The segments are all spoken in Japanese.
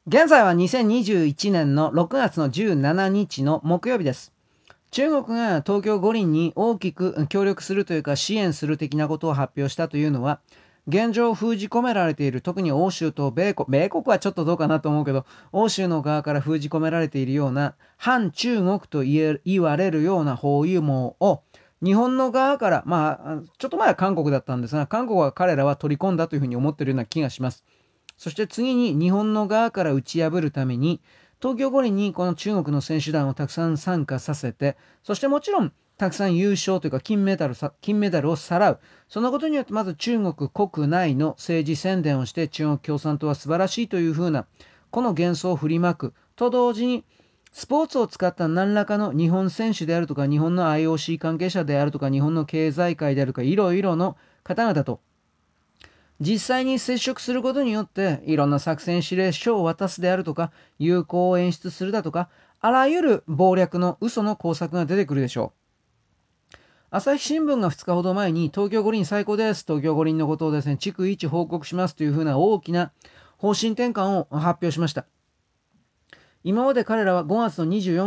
現在は2021年の6月の17日の木曜日です。中国が東京五輪に大きく協力するというか支援する的なことを発表したというのは、現状封じ込められている特に欧州と米国はちょっとどうかなと思うけど、欧州の側から封じ込められているような反中国と言われるような包囲網を日本の側から、ちょっと前は韓国だったんですが、韓国は彼らは取り込んだというふうに思っているような気がします。そして次に日本の側から打ち破るために、東京五輪にこの中国の選手団をたくさん参加させて、そしてもちろんたくさん優勝というか金メダルをさらう。そのことによってまず中国国内の政治宣伝をして、中国共産党は素晴らしいというふうなこの幻想を振りまくと同時に、スポーツを使った何らかの日本選手であるとか、日本の IOC 関係者であるとか、日本の経済界であるとか、いろいろの方々と実際に接触することによって、いろんな作戦指令書を渡すであるとか、友好を演出するだとか、あらゆる謀略の嘘の工作が出てくるでしょう。朝日新聞が2日ほど前に、東京五輪最高です。東京五輪のことをですね、逐一報告しますというふうな大きな方針転換を発表しました。今まで彼らは5月の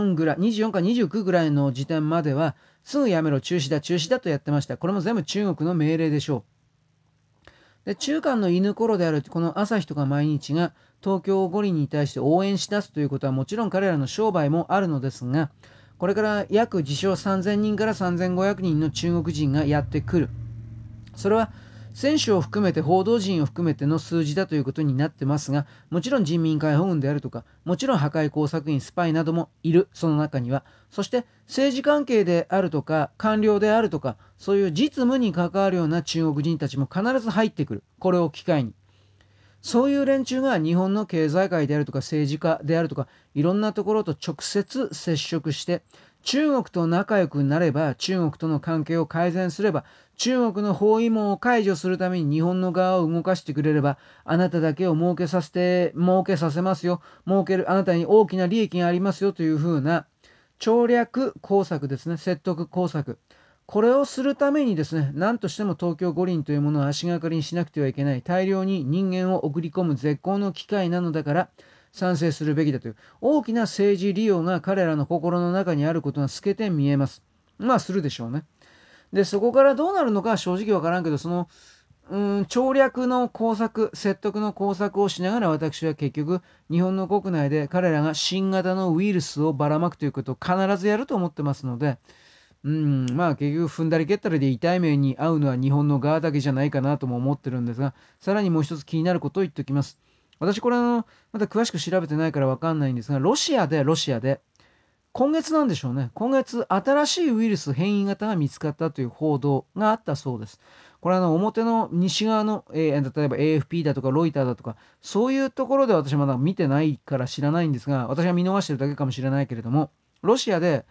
24か29ぐらいの時点までは、すぐやめろ、中止だ、中止だとやってました。これも全部中国の命令でしょう。で、中間の犬頃であるこの朝日とか毎日が東京五輪に対して応援し出すということはもちろん彼らの商売もあるのですが、これから約自称3000人から3500人の中国人がやってくる。それは選手を含めて報道陣を含めての数字だということになってますが、もちろん人民解放軍であるとか、もちろん破壊工作員、スパイなどもいる、その中には。そして政治関係であるとか、官僚であるとか、そういう実務に関わるような中国人たちも必ず入ってくる。これを機会に。そういう連中が日本の経済界であるとか政治家であるとかいろんなところと直接接触して中国と仲良くなれば中国との関係を改善すれば中国の包囲網を解除するために日本の側を動かしてくれればあなただけを儲けさせますよあなたに大きな利益がありますよというふうな調略工作ですね説得工作これをするためにですね、何としても東京五輪というものを足がかりにしなくてはいけない、大量に人間を送り込む絶好の機会なのだから、賛成するべきだという大きな政治利用が彼らの心の中にあることが透けて見えます。するでしょうね。で、そこからどうなるのかは正直わからんけど、調略の工作、説得の工作をしながら私は結局、日本の国内で彼らが新型のウイルスをばらまくということを必ずやると思ってますので、結局踏んだり蹴ったりで痛い目に遭うのは日本の側だけじゃないかなとも思ってるんですが、さらにもう一つ気になることを言っておきます。私これまだ詳しく調べてないからわかんないんですが、ロシアで、今月なんでしょうね。今月新しいウイルス変異型が見つかったという報道があったそうです。これは表の西側の、例えば AFP だとかロイターだとか、そういうところで私まだ見てないから知らないんですが、私が見逃してるだけかもしれないけれども、ロシアで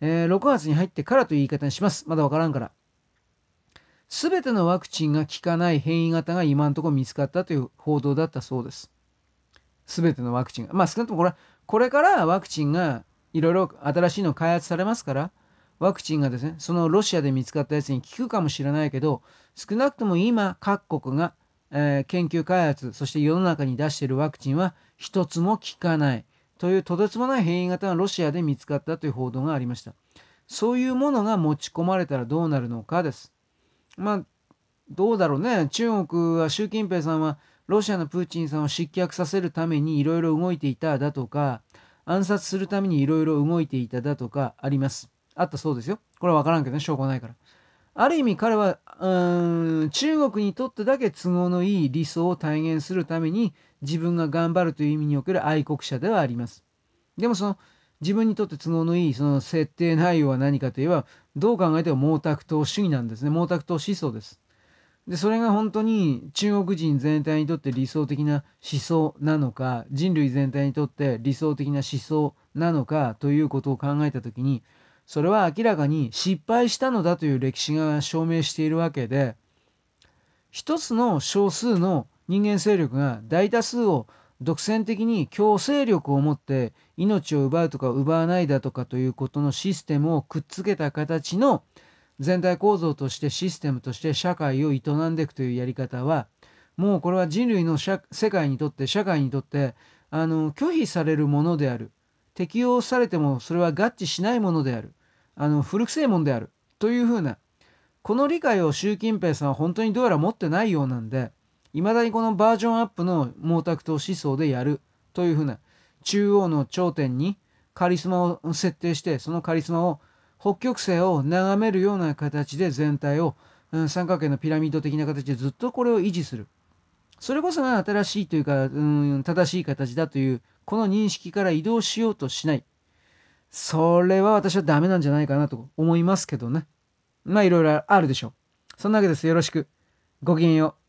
6月に入ってからという言い方にします。まだわからんから。すべてのワクチンが効かない変異型が今のところ見つかったという報道だったそうです。すべてのワクチンが。少なくともこれからワクチンがいろいろ新しいの開発されますから、ワクチンがですね、そのロシアで見つかったやつに効くかもしれないけど、少なくとも今各国が、研究開発、そして世の中に出しているワクチンは一つも効かないというとてつもない変異型がロシアで見つかったという報道がありました。そういうものが持ち込まれたらどうなるのかです。まあ、どうだろうね。中国は習近平さんはロシアのプーチンさんを失脚させるためにいろいろ動いていただとか、暗殺するためにいろいろ動いていただとかあります。あったそうですよ。これは分からんけどね、証拠ないから。ある意味彼は、中国にとってだけ都合のいい理想を体現するために自分が頑張るという意味における愛国者ではあります。でも自分にとって都合のいいその設定内容は何かといえば、どう考えても毛沢東主義なんですね。毛沢東思想です。で、それが本当に中国人全体にとって理想的な思想なのか、人類全体にとって理想的な思想なのかということを考えたときに、それは明らかに失敗したのだという歴史が証明しているわけで、一つの少数の人間勢力が大多数を独占的に強制力を持って命を奪うとか奪わないだとかということのシステムをくっつけた形の全体構造としてシステムとして社会を営んでいくというやり方はもうこれは人類の世界にとって社会にとって拒否されるものである。適用されてもそれは合致しないものである。古臭いものである。というふうな、この理解を習近平さんは本当にどうやら持ってないようなんで、いまだにこのバージョンアップの毛沢東思想でやるというふうな、中央の頂点にカリスマを設定して、そのカリスマを北極星を眺めるような形で全体を、三角形のピラミッド的な形でずっとこれを維持する。それこそが新しいというか、正しい形だという、この認識から移動しようとしない。それは私はダメなんじゃないかなと思いますけどね。まあいろいろあるでしょう。そんなわけです。よろしく。ごきげんよう。